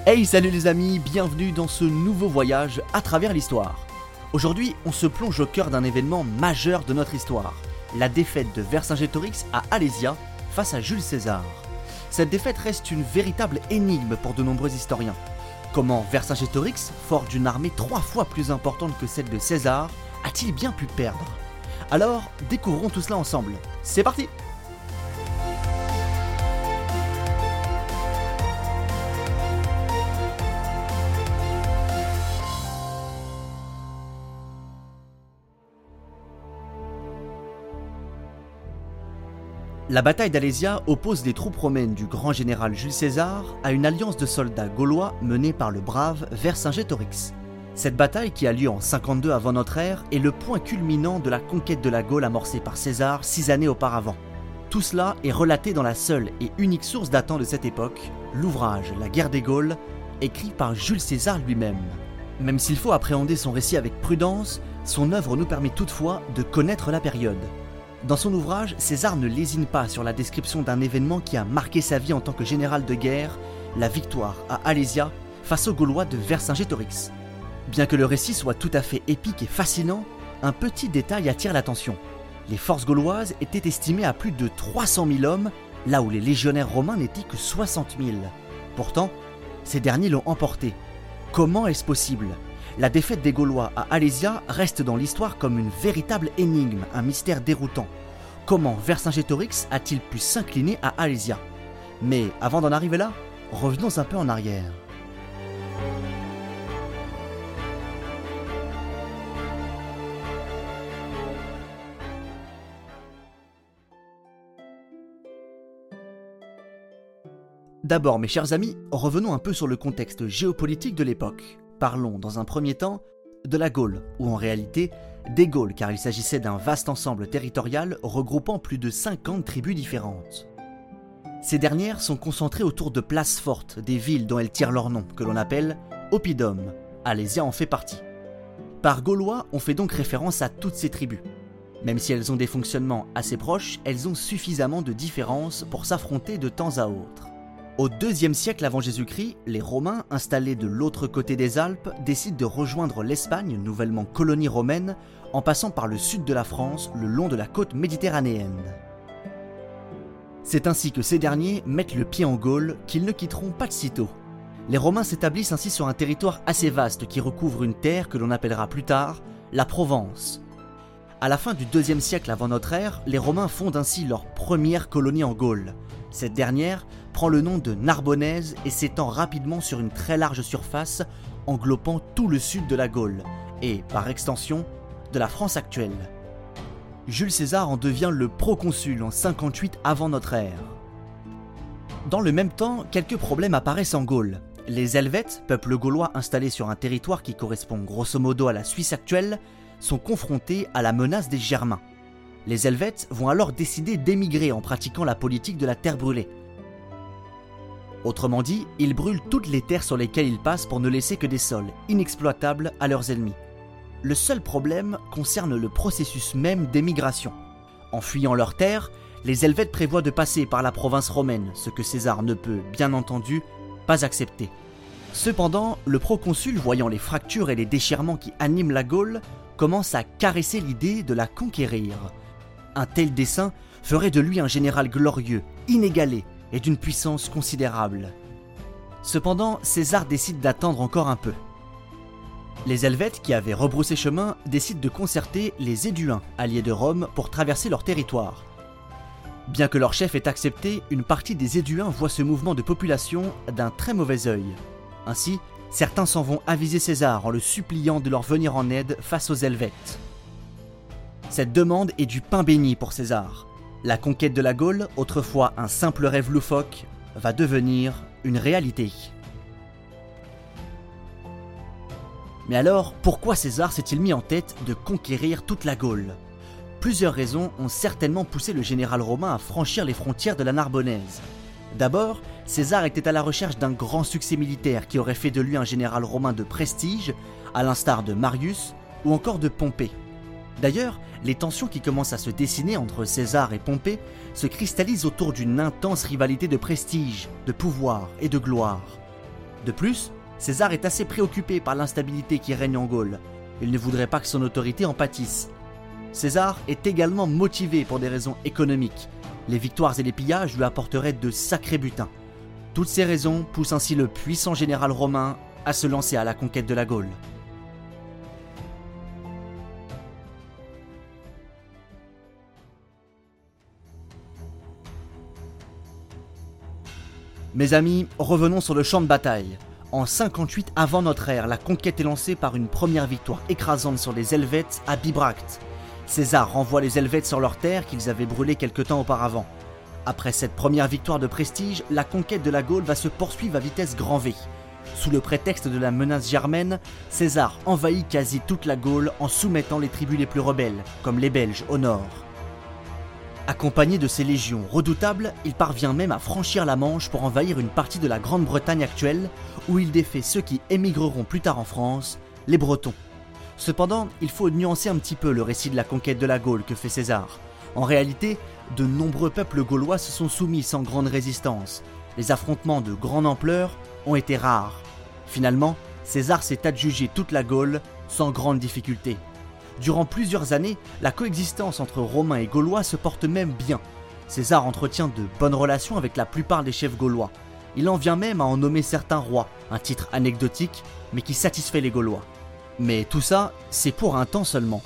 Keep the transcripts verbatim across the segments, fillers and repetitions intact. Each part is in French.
Hey, salut les amis, bienvenue dans ce nouveau voyage à travers l'histoire. Aujourd'hui, on se plonge au cœur d'un événement majeur de notre histoire, la défaite de Vercingétorix à Alésia face à Jules César. Cette défaite reste une véritable énigme pour de nombreux historiens. Comment Vercingétorix, fort d'une armée trois fois plus importante que celle de César, a-t-il bien pu perdre? Alors, découvrons tout cela ensemble. C'est parti! La bataille d'Alésia oppose les troupes romaines du grand général Jules César à une alliance de soldats gaulois menée par le brave Vercingétorix. Cette bataille, qui a lieu en cinquante-deux avant notre ère, est le point culminant de la conquête de la Gaule amorcée par César six années auparavant. Tout cela est relaté dans la seule et unique source datant de cette époque, l'ouvrage La guerre des Gaules, écrit par Jules César lui-même. Même s'il faut appréhender son récit avec prudence, son œuvre nous permet toutefois de connaître la période. Dans son ouvrage, César ne lésine pas sur la description d'un événement qui a marqué sa vie en tant que général de guerre, la victoire à Alésia face aux Gaulois de Vercingétorix. Bien que le récit soit tout à fait épique et fascinant, un petit détail attire l'attention. Les forces gauloises étaient estimées à plus de trois cent mille hommes, là où les légionnaires romains n'étaient que soixante mille. Pourtant, ces derniers l'ont emporté. Comment est-ce possible ? La défaite des Gaulois à Alésia reste dans l'histoire comme une véritable énigme, un mystère déroutant. Comment Vercingétorix a-t-il pu s'incliner à Alésia? Mais avant d'en arriver là, revenons un peu en arrière. D'abord, mes chers amis, revenons un peu sur le contexte géopolitique de l'époque. Parlons dans un premier temps de la Gaule, ou en réalité des Gaules, car il s'agissait d'un vaste ensemble territorial regroupant plus de cinquante tribus différentes. Ces dernières sont concentrées autour de places fortes, des villes dont elles tirent leur nom, que l'on appelle oppidum. Alésia en fait partie. Par Gaulois, on fait donc référence à toutes ces tribus. Même si elles ont des fonctionnements assez proches, elles ont suffisamment de différences pour s'affronter de temps à autre. Au deuxième siècle avant Jésus-Christ, les Romains, installés de l'autre côté des Alpes, décident de rejoindre l'Espagne, nouvellement colonie romaine, en passant par le sud de la France, le long de la côte méditerranéenne. C'est ainsi que ces derniers mettent le pied en Gaule, qu'ils ne quitteront pas de sitôt. Les Romains s'établissent ainsi sur un territoire assez vaste qui recouvre une terre que l'on appellera plus tard la Provence. À la fin du deuxième siècle avant notre ère, les Romains fondent ainsi leur première colonie en Gaule. Cette dernière prend le nom de Narbonnaise et s'étend rapidement sur une très large surface, englobant tout le sud de la Gaule et, par extension, de la France actuelle. Jules César en devient le proconsul en cinquante-huit avant notre ère. Dans le même temps, quelques problèmes apparaissent en Gaule. Les Helvètes, peuple gaulois installé sur un territoire qui correspond grosso modo à la Suisse actuelle, sont confrontés à la menace des Germains. Les Helvètes vont alors décider d'émigrer en pratiquant la politique de la terre brûlée. Autrement dit, ils brûlent toutes les terres sur lesquelles ils passent pour ne laisser que des sols inexploitables à leurs ennemis. Le seul problème concerne le processus même d'émigration. En fuyant leurs terres, les Helvètes prévoient de passer par la province romaine, ce que César ne peut, bien entendu, pas accepter. Cependant, le proconsul, voyant les fractures et les déchirements qui animent la Gaule, commence à caresser l'idée de la conquérir. Un tel dessein ferait de lui un général glorieux, inégalé et d'une puissance considérable. Cependant, César décide d'attendre encore un peu. Les Helvètes, qui avaient rebroussé chemin, décident de concerter les Éduins, alliés de Rome, pour traverser leur territoire. Bien que leur chef ait accepté, une partie des Éduins voit ce mouvement de population d'un très mauvais œil. Ainsi, certains s'en vont aviser César en le suppliant de leur venir en aide face aux Helvètes. Cette demande est du pain béni pour César. La conquête de la Gaule, autrefois un simple rêve loufoque, va devenir une réalité. Mais alors, pourquoi César s'est-il mis en tête de conquérir toute la Gaule ? Plusieurs raisons ont certainement poussé le général romain à franchir les frontières de la Narbonnaise. D'abord, César était à la recherche d'un grand succès militaire qui aurait fait de lui un général romain de prestige, à l'instar de Marius ou encore de Pompée. D'ailleurs, les tensions qui commencent à se dessiner entre César et Pompée se cristallisent autour d'une intense rivalité de prestige, de pouvoir et de gloire. De plus, César est assez préoccupé par l'instabilité qui règne en Gaule. Il ne voudrait pas que son autorité en pâtisse. César est également motivé pour des raisons économiques. Les victoires et les pillages lui apporteraient de sacrés butins. Toutes ces raisons poussent ainsi le puissant général romain à se lancer à la conquête de la Gaule. Mes amis, revenons sur le champ de bataille. En cinquante-huit avant notre ère, la conquête est lancée par une première victoire écrasante sur les Helvètes à Bibracte. César renvoie les Helvètes sur leurs terres qu'ils avaient brûlées quelque temps auparavant. Après cette première victoire de prestige, la conquête de la Gaule va se poursuivre à vitesse grand V. Sous le prétexte de la menace germaine, César envahit quasi toute la Gaule en soumettant les tribus les plus rebelles, comme les Belges au nord. Accompagné de ses légions redoutables, il parvient même à franchir la Manche pour envahir une partie de la Grande-Bretagne actuelle, où il défait ceux qui émigreront plus tard en France, les Bretons. Cependant, il faut nuancer un petit peu le récit de la conquête de la Gaule que fait César. En réalité, de nombreux peuples gaulois se sont soumis sans grande résistance. Les affrontements de grande ampleur ont été rares. Finalement, César s'est adjugé toute la Gaule sans grande difficulté. Durant plusieurs années, la coexistence entre Romains et Gaulois se porte même bien. César entretient de bonnes relations avec la plupart des chefs gaulois. Il en vient même à en nommer certains rois, un titre anecdotique, mais qui satisfait les Gaulois. Mais tout ça, c'est pour un temps seulement.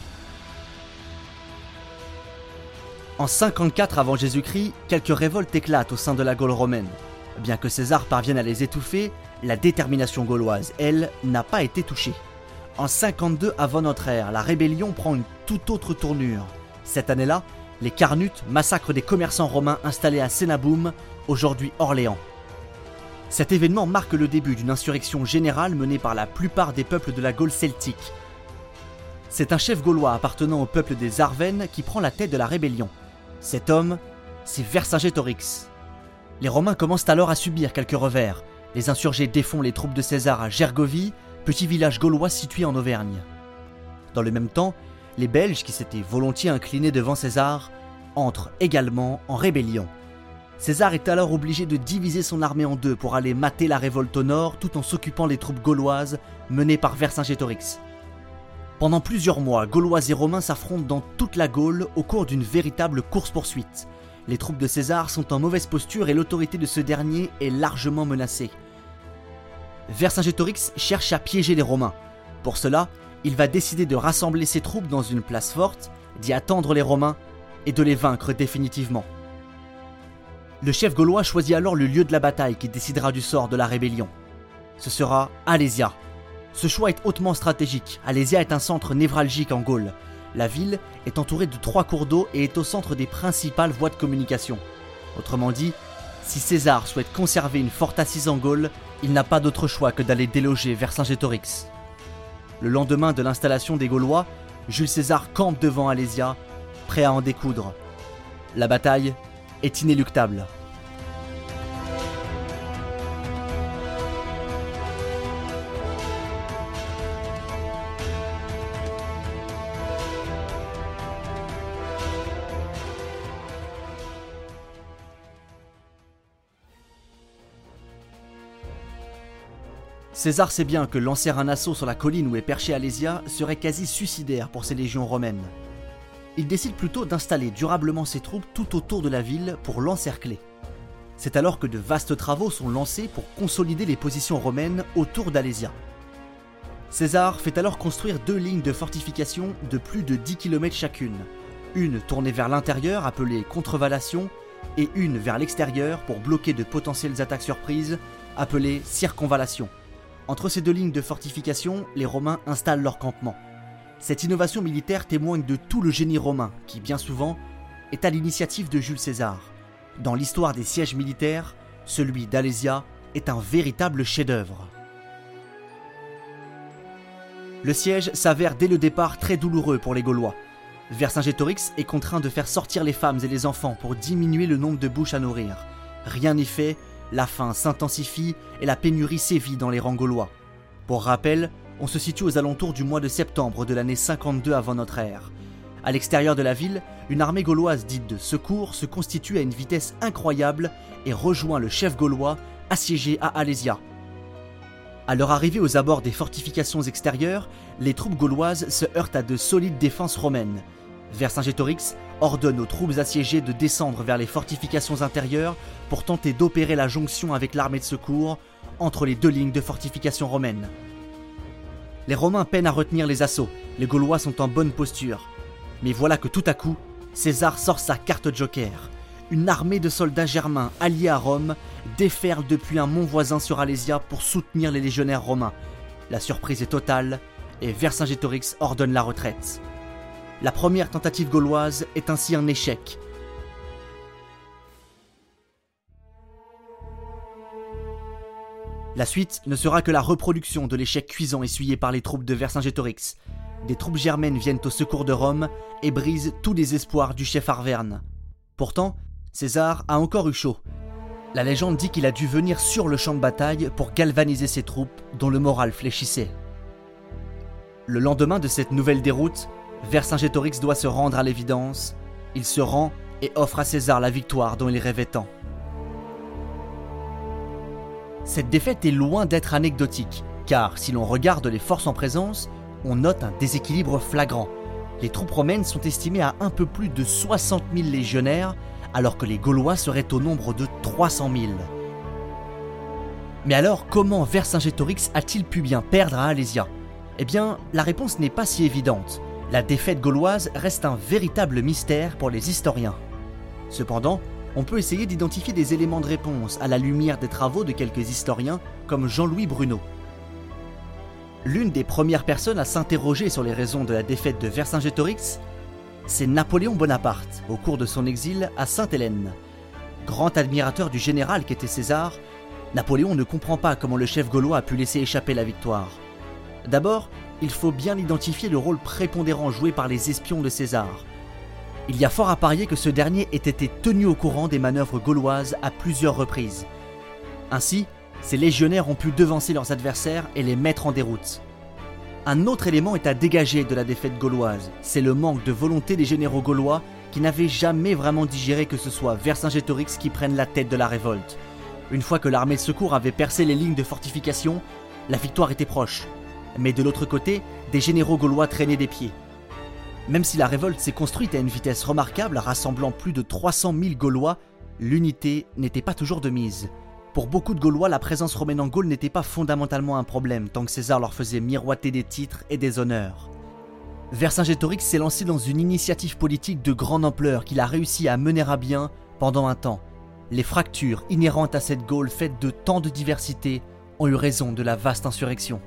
En cinquante-quatre avant Jésus-Christ, quelques révoltes éclatent au sein de la Gaule romaine. Bien que César parvienne à les étouffer, la détermination gauloise, elle, n'a pas été touchée. En cinquante-deux avant notre ère, la rébellion prend une toute autre tournure. Cette année-là, les Carnutes massacrent des commerçants romains installés à Sénaboum, aujourd'hui Orléans. Cet événement marque le début d'une insurrection générale menée par la plupart des peuples de la Gaule celtique. C'est un chef gaulois appartenant au peuple des Arvennes qui prend la tête de la rébellion. Cet homme, c'est Vercingétorix. Les Romains commencent alors à subir quelques revers. Les insurgés défont les troupes de César à Gergovie, petit village gaulois situé en Auvergne. Dans le même temps, les Belges, qui s'étaient volontiers inclinés devant César, entrent également en rébellion. César est alors obligé de diviser son armée en deux pour aller mater la révolte au nord tout en s'occupant des troupes gauloises menées par Vercingétorix. Pendant plusieurs mois, Gaulois et Romains s'affrontent dans toute la Gaule au cours d'une véritable course-poursuite. Les troupes de César sont en mauvaise posture et l'autorité de ce dernier est largement menacée. Vercingétorix cherche à piéger les Romains. Pour cela, il va décider de rassembler ses troupes dans une place forte, d'y attendre les Romains et de les vaincre définitivement. Le chef gaulois choisit alors le lieu de la bataille qui décidera du sort de la rébellion. Ce sera Alésia. Ce choix est hautement stratégique. Alésia est un centre névralgique en Gaule. La ville est entourée de trois cours d'eau et est au centre des principales voies de communication. Autrement dit, si César souhaite conserver une forte assise en Gaule, il n'a pas d'autre choix que d'aller déloger Vercingétorix. Le lendemain de l'installation des Gaulois, Jules César campe devant Alésia, prêt à en découdre. La bataille est inéluctable. César sait bien que lancer un assaut sur la colline où est perché Alésia serait quasi suicidaire pour ses légions romaines. Il décide plutôt d'installer durablement ses troupes tout autour de la ville pour l'encercler. C'est alors que de vastes travaux sont lancés pour consolider les positions romaines autour d'Alésia. César fait alors construire deux lignes de fortification de plus de dix kilomètres chacune, une tournée vers l'intérieur appelée contrevallation et une vers l'extérieur pour bloquer de potentielles attaques surprises appelées circonvallation. Entre ces deux lignes de fortification, les Romains installent leur campement. Cette innovation militaire témoigne de tout le génie romain, qui bien souvent est à l'initiative de Jules César. Dans l'histoire des sièges militaires, celui d'Alésia est un véritable chef-d'œuvre. Le siège s'avère dès le départ très douloureux pour les Gaulois. Vercingétorix est contraint de faire sortir les femmes et les enfants pour diminuer le nombre de bouches à nourrir. Rien n'est fait. La faim s'intensifie et la pénurie sévit dans les rangs gaulois. Pour rappel, on se situe aux alentours du mois de septembre de l'année cinquante-deux avant notre ère. À l'extérieur de la ville, une armée gauloise dite de secours se constitue à une vitesse incroyable et rejoint le chef gaulois assiégé à Alésia. À leur arrivée aux abords des fortifications extérieures, les troupes gauloises se heurtent à de solides défenses romaines. Vercingétorix ordonne aux troupes assiégées de descendre vers les fortifications intérieures pour tenter d'opérer la jonction avec l'armée de secours entre les deux lignes de fortifications romaines. Les Romains peinent à retenir les assauts, les Gaulois sont en bonne posture. Mais voilà que tout à coup, César sort sa carte joker. Une armée de soldats germains alliés à Rome déferle depuis un mont voisin sur Alésia pour soutenir les légionnaires romains. La surprise est totale et Vercingétorix ordonne la retraite. La première tentative gauloise est ainsi un échec. La suite ne sera que la reproduction de l'échec cuisant essuyé par les troupes de Vercingétorix. Des troupes germaines viennent au secours de Rome et brisent tous les espoirs du chef Arverne. Pourtant, César a encore eu chaud. La légende dit qu'il a dû venir sur le champ de bataille pour galvaniser ses troupes dont le moral fléchissait. Le lendemain de cette nouvelle déroute, Vercingétorix doit se rendre à l'évidence. Il se rend et offre à César la victoire dont il rêvait tant. Cette défaite est loin d'être anecdotique, car si l'on regarde les forces en présence, on note un déséquilibre flagrant. Les troupes romaines sont estimées à un peu plus de soixante mille légionnaires, alors que les Gaulois seraient au nombre de trois cent mille. Mais alors, comment Vercingétorix a-t-il pu bien perdre à Alésia ? Eh bien, la réponse n'est pas si évidente. La défaite gauloise reste un véritable mystère pour les historiens. Cependant, on peut essayer d'identifier des éléments de réponse à la lumière des travaux de quelques historiens comme Jean-Louis Bruno. L'une des premières personnes à s'interroger sur les raisons de la défaite de Vercingétorix, c'est Napoléon Bonaparte, au cours de son exil à Sainte-Hélène. Grand admirateur du général qu'était César, Napoléon ne comprend pas comment le chef gaulois a pu laisser échapper la victoire. D'abord, il faut bien identifier le rôle prépondérant joué par les espions de César. Il y a fort à parier que ce dernier ait été tenu au courant des manœuvres gauloises à plusieurs reprises. Ainsi, ces légionnaires ont pu devancer leurs adversaires et les mettre en déroute. Un autre élément est à dégager de la défaite gauloise, c'est le manque de volonté des généraux gaulois qui n'avaient jamais vraiment digéré que ce soit Vercingétorix qui prenne la tête de la révolte. Une fois que l'armée de secours avait percé les lignes de fortification, la victoire était proche. Mais de l'autre côté, des généraux gaulois traînaient des pieds. Même si la révolte s'est construite à une vitesse remarquable, rassemblant plus de trois cent mille Gaulois, l'unité n'était pas toujours de mise. Pour beaucoup de Gaulois, la présence romaine en Gaule n'était pas fondamentalement un problème, tant que César leur faisait miroiter des titres et des honneurs. Vercingétorix s'est lancé dans une initiative politique de grande ampleur qu'il a réussi à mener à bien pendant un temps. Les fractures inhérentes à cette Gaule faite de tant de diversité ont eu raison de la vaste insurrection.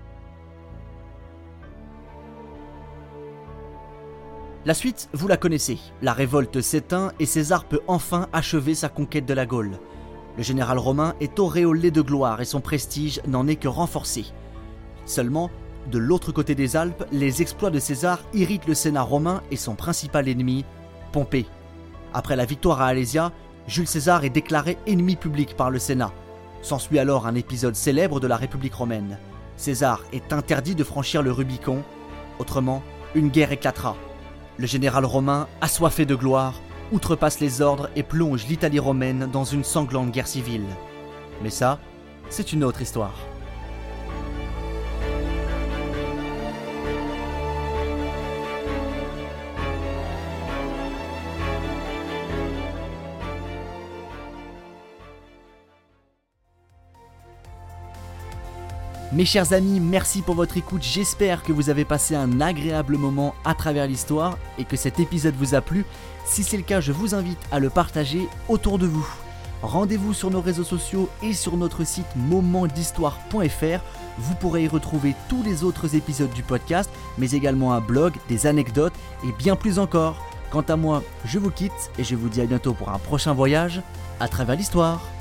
La suite, vous la connaissez. La révolte s'éteint et César peut enfin achever sa conquête de la Gaule. Le général romain est auréolé de gloire et son prestige n'en est que renforcé. Seulement, de l'autre côté des Alpes, les exploits de César irritent le Sénat romain et son principal ennemi, Pompée. Après la victoire à Alésia, Jules César est déclaré ennemi public par le Sénat. S'ensuit alors un épisode célèbre de la République romaine. César est interdit de franchir le Rubicon, autrement, une guerre éclatera. Le général romain, assoiffé de gloire, outrepasse les ordres et plonge l'Italie romaine dans une sanglante guerre civile. Mais ça, c'est une autre histoire. Mes chers amis, merci pour votre écoute, j'espère que vous avez passé un agréable moment à travers l'histoire et que cet épisode vous a plu. Si c'est le cas, je vous invite à le partager autour de vous. Rendez-vous sur nos réseaux sociaux et sur notre site moment d'histoire point f r. Vous pourrez y retrouver tous les autres épisodes du podcast, mais également un blog, des anecdotes et bien plus encore. Quant à moi, je vous quitte et je vous dis à bientôt pour un prochain voyage à travers l'histoire.